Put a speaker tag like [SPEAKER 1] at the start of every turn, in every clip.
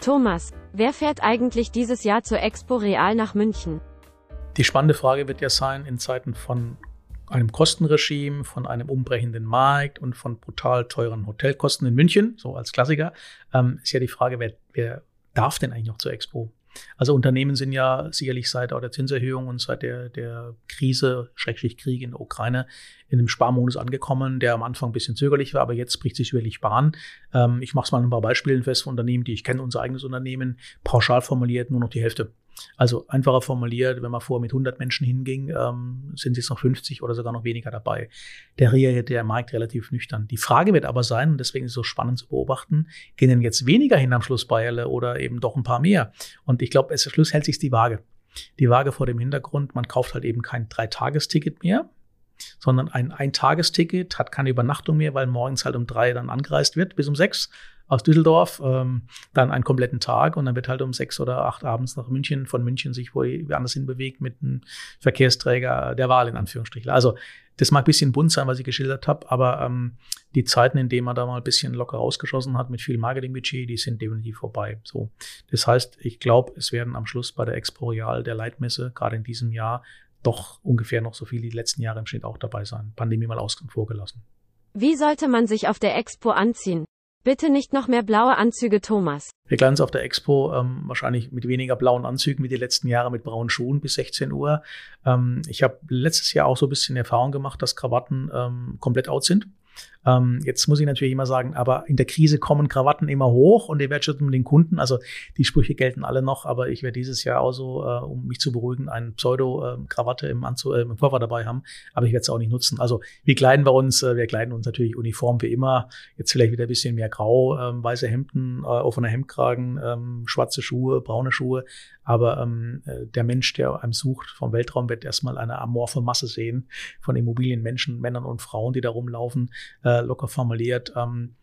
[SPEAKER 1] Thomas, wer fährt eigentlich dieses Jahr zur Expo Real nach München?
[SPEAKER 2] Die spannende Frage wird ja sein, in Zeiten von einem Kostenregime, von einem umbrechenden Markt und von brutal teuren Hotelkosten in München, so als Klassiker, ist ja die Frage, wer darf denn eigentlich noch zur Expo? Also Unternehmen sind ja sicherlich seit auch der Zinserhöhung und seit der Krise, Krieg in der Ukraine, in einem Sparmodus angekommen, der am Anfang ein bisschen zögerlich war, aber jetzt bricht sich wirklich Bahn. Ich mache es mal an ein paar Beispielen fest von Unternehmen, die ich kenne, unser eigenes Unternehmen, pauschal formuliert nur noch die Hälfte. Also einfacher formuliert, wenn man vorher mit 100 Menschen hinging, sind es noch 50 oder sogar noch weniger dabei. Reagiert der Markt relativ nüchtern. Die Frage wird aber sein, und deswegen ist es so spannend zu beobachten, gehen denn jetzt weniger hin am Schluss bei alle oder eben doch ein paar mehr? Und ich glaube, am Schluss hält sich die Waage. Die Waage vor dem Hintergrund, man kauft halt eben kein 3-Tages-Ticket mehr, sondern ein Ein-Tages-Ticket, hat keine Übernachtung mehr, weil morgens halt um 3 dann angereist wird, bis um 6 aus Düsseldorf, dann einen kompletten Tag und dann wird halt um 6 oder 8 abends nach München, von München sich woanders hin bewegt mit einem Verkehrsträger der Wahl in Anführungsstrichen. Also das mag ein bisschen bunt sein, was ich geschildert habe, aber die Zeiten, in denen man da mal ein bisschen locker rausgeschossen hat mit viel Marketingbudget, die sind definitiv vorbei. So, das heißt, ich glaube, es werden am Schluss bei der Expo Real, der Leitmesse, gerade in diesem Jahr, doch ungefähr noch so viele, die letzten Jahre im Schnitt auch dabei sein. Pandemie mal außen vor gelassen.
[SPEAKER 1] Wie sollte man sich auf der Expo anziehen? Bitte nicht noch mehr blaue Anzüge, Thomas.
[SPEAKER 2] Wir kleiden uns auf der Expo wahrscheinlich mit weniger blauen Anzügen wie die letzten Jahre mit braunen Schuhen bis 16 Uhr. Ich habe letztes Jahr auch so ein bisschen Erfahrung gemacht, dass Krawatten komplett out sind. Jetzt muss ich natürlich immer sagen, aber in der Krise kommen Krawatten immer hoch und die Wertschätzung den Kunden, also die Sprüche gelten alle noch, aber ich werde dieses Jahr auch so, um mich zu beruhigen, eine Pseudo-Krawatte im Koffer dabei haben, aber ich werde es auch nicht nutzen. Also wir kleiden uns natürlich uniform wie immer, jetzt vielleicht wieder ein bisschen mehr grau, weiße Hemden, offener Hemdkragen, schwarze Schuhe, braune Schuhe, aber der Mensch, der einem sucht vom Weltraum, wird erstmal eine amorphe Masse sehen von Immobilienmenschen, Männern und Frauen, die da rumlaufen, locker formuliert.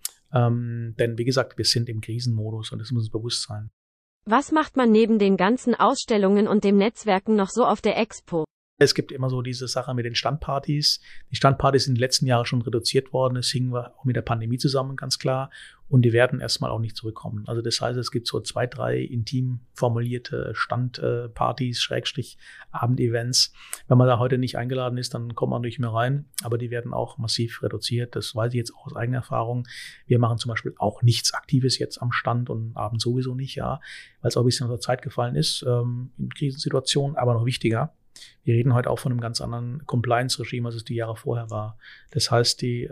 [SPEAKER 2] Denn wie gesagt, wir sind im Krisenmodus und das muss uns bewusst sein.
[SPEAKER 1] Was macht man neben den ganzen Ausstellungen und dem Netzwerken noch so auf der Expo?
[SPEAKER 2] Es gibt immer so diese Sache mit den Standpartys. Die Standpartys sind in den letzten Jahren schon reduziert worden. Das hing auch mit der Pandemie zusammen, ganz klar. Und die werden erstmal auch nicht zurückkommen. Also das heißt, es gibt so 2, 3 intim formulierte Standpartys, Abendevents. Wenn man da heute nicht eingeladen ist, dann kommt man nicht mehr rein. Aber die werden auch massiv reduziert. Das weiß ich jetzt auch aus eigener Erfahrung. Wir machen zum Beispiel auch nichts Aktives jetzt am Stand und abends sowieso nicht, ja, weil es auch ein bisschen aus der Zeit gefallen ist in Krisensituationen. Aber noch wichtiger, wir reden heute auch von einem ganz anderen Compliance-Regime, als es die Jahre vorher war. Das heißt, die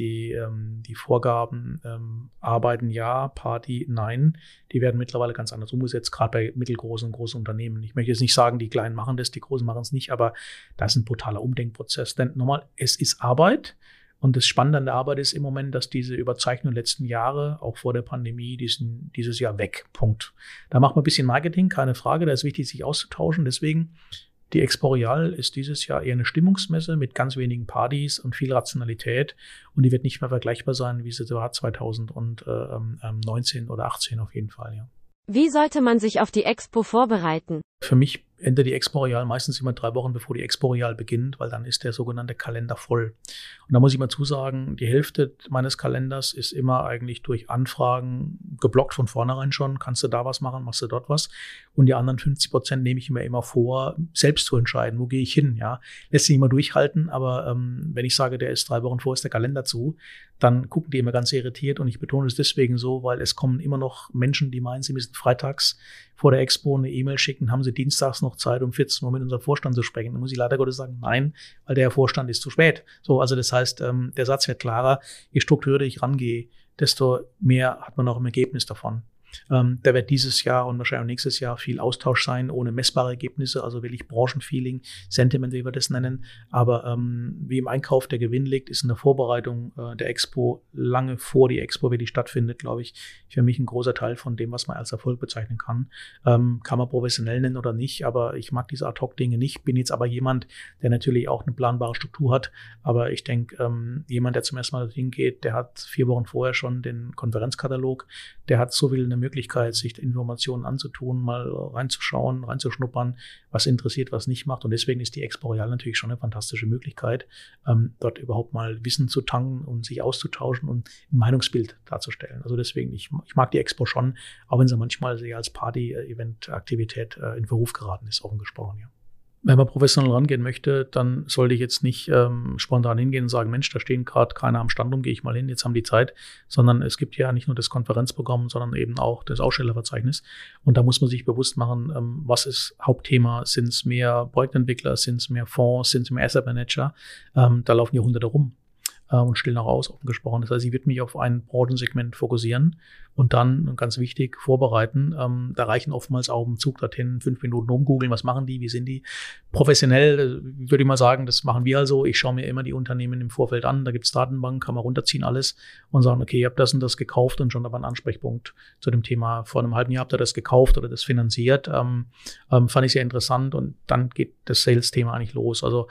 [SPEAKER 2] Vorgaben Arbeiten ja, Party nein, die werden mittlerweile ganz anders umgesetzt, gerade bei mittelgroßen und großen Unternehmen. Ich möchte jetzt nicht sagen, die Kleinen machen das, die Großen machen es nicht, aber das ist ein brutaler Umdenkprozess. Denn nochmal, es ist Arbeit. Und das Spannende an der Arbeit ist im Moment, dass diese Überzeichnungen der letzten Jahre, auch vor der Pandemie, dieses Jahr weg. Punkt. Da macht man ein bisschen Marketing, keine Frage. Da ist wichtig, sich auszutauschen. Deswegen, die Expo Real ist dieses Jahr eher eine Stimmungsmesse mit ganz wenigen Partys und viel Rationalität. Und die wird nicht mehr vergleichbar sein, wie sie war 2019 oder 18 auf jeden Fall, ja.
[SPEAKER 1] Wie sollte man sich auf die Expo vorbereiten?
[SPEAKER 2] Für mich endet die Expo Real meistens immer 3 Wochen, bevor die Expo Real beginnt, weil dann ist der sogenannte Kalender voll. Und da muss ich mal zusagen, die Hälfte meines Kalenders ist immer eigentlich durch Anfragen geblockt von vornherein schon. Kannst du da was machen, machst du dort was? Und die anderen 50% nehme ich mir immer vor, selbst zu entscheiden, wo gehe ich hin, ja. Lässt sich immer durchhalten, aber wenn ich sage, der ist 3 Wochen vor, ist der Kalender zu, dann gucken die immer ganz irritiert und ich betone es deswegen so, weil es kommen immer noch Menschen, die meinen, sie müssen freitags vor der Expo eine E-Mail schicken, haben sie dienstags noch Zeit, um 14 Uhr mit unserem Vorstand zu sprechen. Da muss ich leider Gottes sagen, nein, weil der Vorstand ist zu spät. So, also das heißt, der Satz wird klarer, je strukturierter ich rangehe, desto mehr hat man auch im Ergebnis davon. Da wird dieses Jahr und wahrscheinlich auch nächstes Jahr viel Austausch sein, ohne messbare Ergebnisse, also wirklich Branchenfeeling, Sentiment, wie wir das nennen. Aber wie im Einkauf der Gewinn liegt, ist in der Vorbereitung der Expo lange vor die Expo wirklich stattfindet, glaube ich, für mich ein großer Teil von dem, was man als Erfolg bezeichnen kann. Kann man professionell nennen oder nicht, aber ich mag diese Ad-Hoc-Dinge nicht. Bin jetzt aber jemand, der natürlich auch eine planbare Struktur hat. Aber ich denke, jemand, der zum ersten Mal dorthin geht, der hat 4 Wochen vorher schon den Konferenzkatalog, der hat so viel in eine Möglichkeit, sich Informationen anzutun, mal reinzuschauen, reinzuschnuppern, was interessiert, was nicht macht. Und deswegen ist die Expo Real natürlich schon eine fantastische Möglichkeit, dort überhaupt mal Wissen zu tanken und sich auszutauschen und ein Meinungsbild darzustellen. Also deswegen, ich mag die Expo schon, auch wenn sie manchmal sehr als Party-Event-Aktivität in Verruf geraten ist, offen gesprochen, ja. Wenn man professionell rangehen möchte, dann sollte ich jetzt nicht spontan hingehen und sagen, Mensch, da stehen gerade keiner am Stand rum, gehe ich mal hin, jetzt haben die Zeit, sondern es gibt ja nicht nur das Konferenzprogramm, sondern eben auch das Ausstellerverzeichnis. Und da muss man sich bewusst machen, was ist Hauptthema? Sind es mehr Projektentwickler, sind es mehr Fonds, sind es mehr Asset Manager? Da laufen die Hunderte rum und stellen auch aus, offen gesprochen. Das heißt, ich würde mich auf ein Branchensegment fokussieren und dann, ganz wichtig, vorbereiten. Da reichen oftmals auch im Zug dorthin 5 Minuten rumgoogeln, was machen die, wie sind die. Professionell würde ich mal sagen, das machen wir also. Ich schaue mir immer die Unternehmen im Vorfeld an, da gibt es Datenbanken, kann man runterziehen alles und sagen, okay, ich habe das und das gekauft und schon aber einen Ansprechpunkt zu dem Thema. Vor einem halben Jahr habt ihr das gekauft oder das finanziert. Fand ich sehr interessant und dann geht das Sales-Thema eigentlich los. Also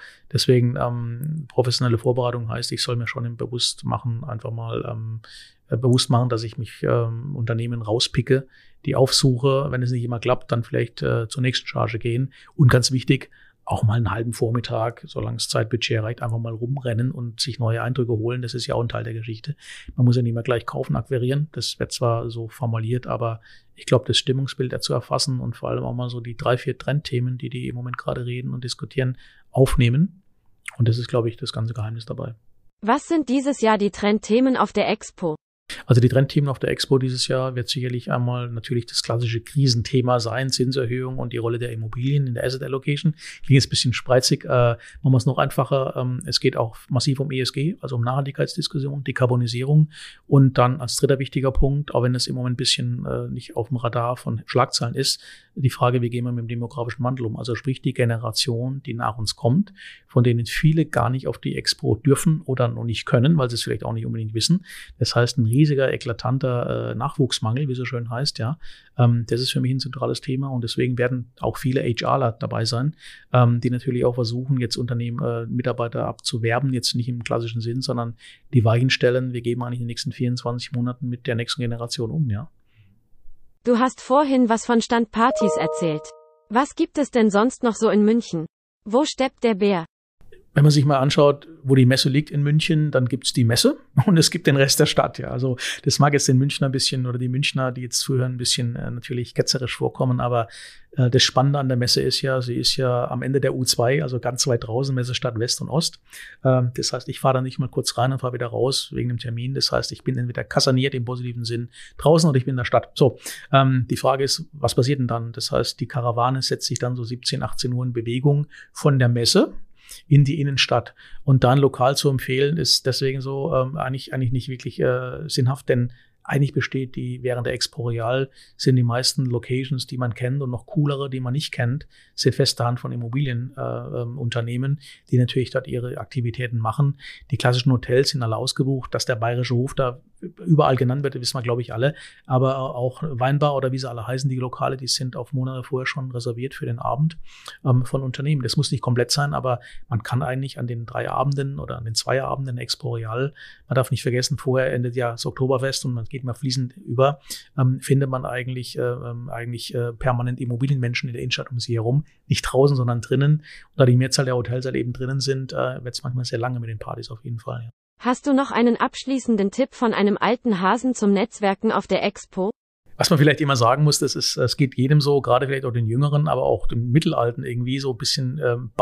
[SPEAKER 2] deswegen professionelle Vorbereitung heißt, ich soll mir schon bewusst machen, einfach mal bewusst machen, dass ich mich Unternehmen rauspicke, die aufsuche. Wenn es nicht immer klappt, dann vielleicht zur nächsten Charge gehen. Und ganz wichtig, auch mal einen halben Vormittag, solange das Zeitbudget reicht, einfach mal rumrennen und sich neue Eindrücke holen. Das ist ja auch ein Teil der Geschichte. Man muss ja nicht mehr gleich kaufen, akquirieren. Das wird zwar so formuliert, aber ich glaube, das Stimmungsbild zu erfassen und vor allem auch mal so die 3, 4 Trendthemen, die im Moment gerade reden und diskutieren, aufnehmen. Und das ist, glaube ich, das ganze Geheimnis dabei.
[SPEAKER 1] Was sind dieses Jahr die Trendthemen auf der Expo?
[SPEAKER 2] Also die Trendthemen auf der Expo dieses Jahr wird sicherlich einmal natürlich das klassische Krisenthema sein, Zinserhöhung und die Rolle der Immobilien in der Asset Allocation. Klingt jetzt ein bisschen spreizig, machen wir es noch einfacher. Es geht auch massiv um ESG, also um Nachhaltigkeitsdiskussion, Dekarbonisierung und dann als dritter wichtiger Punkt, auch wenn es im Moment ein bisschen nicht auf dem Radar von Schlagzeilen ist, die Frage, wie gehen wir mit dem demografischen Wandel um? Also sprich die Generation, die nach uns kommt, von denen viele gar nicht auf die Expo dürfen oder noch nicht können, weil sie es vielleicht auch nicht unbedingt wissen. Das heißt, ein riesiger, eklatanter Nachwuchsmangel, wie es so schön heißt, ja. Das ist für mich ein zentrales Thema und deswegen werden auch viele HRler dabei sein, die natürlich auch versuchen, jetzt Unternehmen, Mitarbeiter abzuwerben, jetzt nicht im klassischen Sinn, sondern die Weichen stellen, wir gehen eigentlich in den nächsten 24 Monaten mit der nächsten Generation um, ja.
[SPEAKER 1] Du hast vorhin was von Standpartys erzählt. Was gibt es denn sonst noch so in München? Wo steppt der Bär?
[SPEAKER 2] Wenn man sich mal anschaut, wo die Messe liegt in München, dann gibt's die Messe und es gibt den Rest der Stadt. Ja, also das mag jetzt den Münchner ein bisschen oder die Münchner, die jetzt zuhören, ein bisschen natürlich ketzerisch vorkommen. Aber das Spannende an der Messe ist ja, sie ist ja am Ende der U2, also ganz weit draußen, Messestadt West und Ost. Das heißt, ich fahre da nicht mal kurz rein und fahre wieder raus wegen dem Termin. Das heißt, ich bin entweder kaserniert im positiven Sinn draußen oder ich bin in der Stadt. So, die Frage ist, was passiert denn dann? Das heißt, die Karawane setzt sich dann so 17, 18 Uhr in Bewegung von der Messe in die Innenstadt. Und dann lokal zu empfehlen, ist deswegen so eigentlich nicht wirklich sinnhaft, denn eigentlich besteht während der Expo Real sind die meisten Locations, die man kennt und noch coolere, die man nicht kennt, sind feste Hand von Immobilienunternehmen, die natürlich dort ihre Aktivitäten machen. Die klassischen Hotels sind alle ausgebucht, dass der Bayerische Hof da überall genannt wird, wissen wir, glaube ich, alle. Aber auch Weinbar oder wie sie alle heißen, die Lokale, die sind auf Monate vorher schon reserviert für den Abend von Unternehmen. Das muss nicht komplett sein, aber man kann eigentlich an den 3 Abenden oder an den 2 Abenden Expo Real, man darf nicht vergessen, vorher endet ja das Oktoberfest und man geht mal fließend über, findet man eigentlich permanent Immobilienmenschen in der Innenstadt um sie herum. Nicht draußen, sondern drinnen. Und da die Mehrzahl der Hotels halt eben drinnen sind, wird es manchmal sehr lange mit den Partys auf jeden Fall. Ja.
[SPEAKER 1] Hast du noch einen abschließenden Tipp von einem alten Hasen zum Netzwerken auf der Expo?
[SPEAKER 2] Was man vielleicht immer sagen muss, es geht jedem so, gerade vielleicht auch den Jüngeren, aber auch den Mittelalten irgendwie so ein bisschen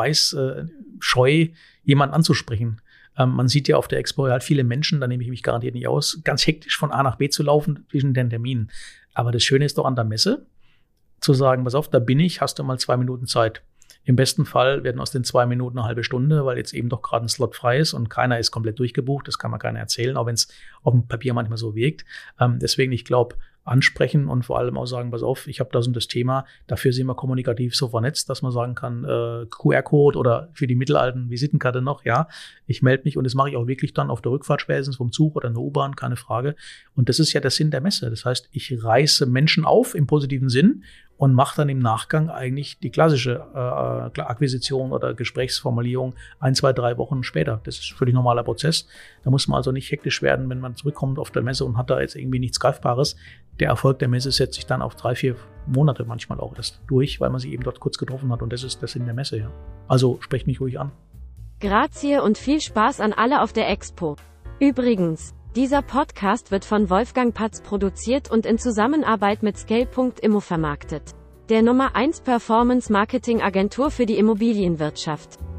[SPEAKER 2] scheu, jemanden anzusprechen. Man sieht ja auf der Expo halt viele Menschen, da nehme ich mich garantiert nicht aus, ganz hektisch von A nach B zu laufen zwischen den Terminen. Aber das Schöne ist doch an der Messe, zu sagen, pass auf, da bin ich, hast du mal 2 Minuten Zeit. Im besten Fall werden aus den 2 Minuten eine halbe Stunde, weil jetzt eben doch gerade ein Slot frei ist und keiner ist komplett durchgebucht. Das kann man keiner erzählen, auch wenn es auf dem Papier manchmal so wirkt. Deswegen, ich glaube, ansprechen und vor allem auch sagen, pass auf, ich habe das und das Thema. Dafür sind wir kommunikativ so vernetzt, dass man sagen kann, QR-Code oder für die mittelalten Visitenkarte noch, ja, ich melde mich und das mache ich auch wirklich dann auf der Rückfahrt spätestens vom Zug oder in der U-Bahn, keine Frage. Und das ist ja der Sinn der Messe. Das heißt, ich reiße Menschen auf im positiven Sinn und macht dann im Nachgang eigentlich die klassische Akquisition oder Gesprächsformulierung 1, 2, 3 Wochen später. Das ist ein völlig normaler Prozess. Da muss man also nicht hektisch werden, wenn man zurückkommt auf der Messe und hat da jetzt irgendwie nichts Greifbares. Der Erfolg der Messe setzt sich dann auf 3, 4 Monate manchmal auch erst durch, weil man sich eben dort kurz getroffen hat und das ist der Sinn der Messe. Ja. Also sprecht mich ruhig an.
[SPEAKER 1] Grazie und viel Spaß an alle auf der Expo. Übrigens, dieser Podcast wird von Wolfgang Patz produziert und in Zusammenarbeit mit Scale.immo vermarktet. Der Nummer 1 Performance Marketing Agentur für die Immobilienwirtschaft.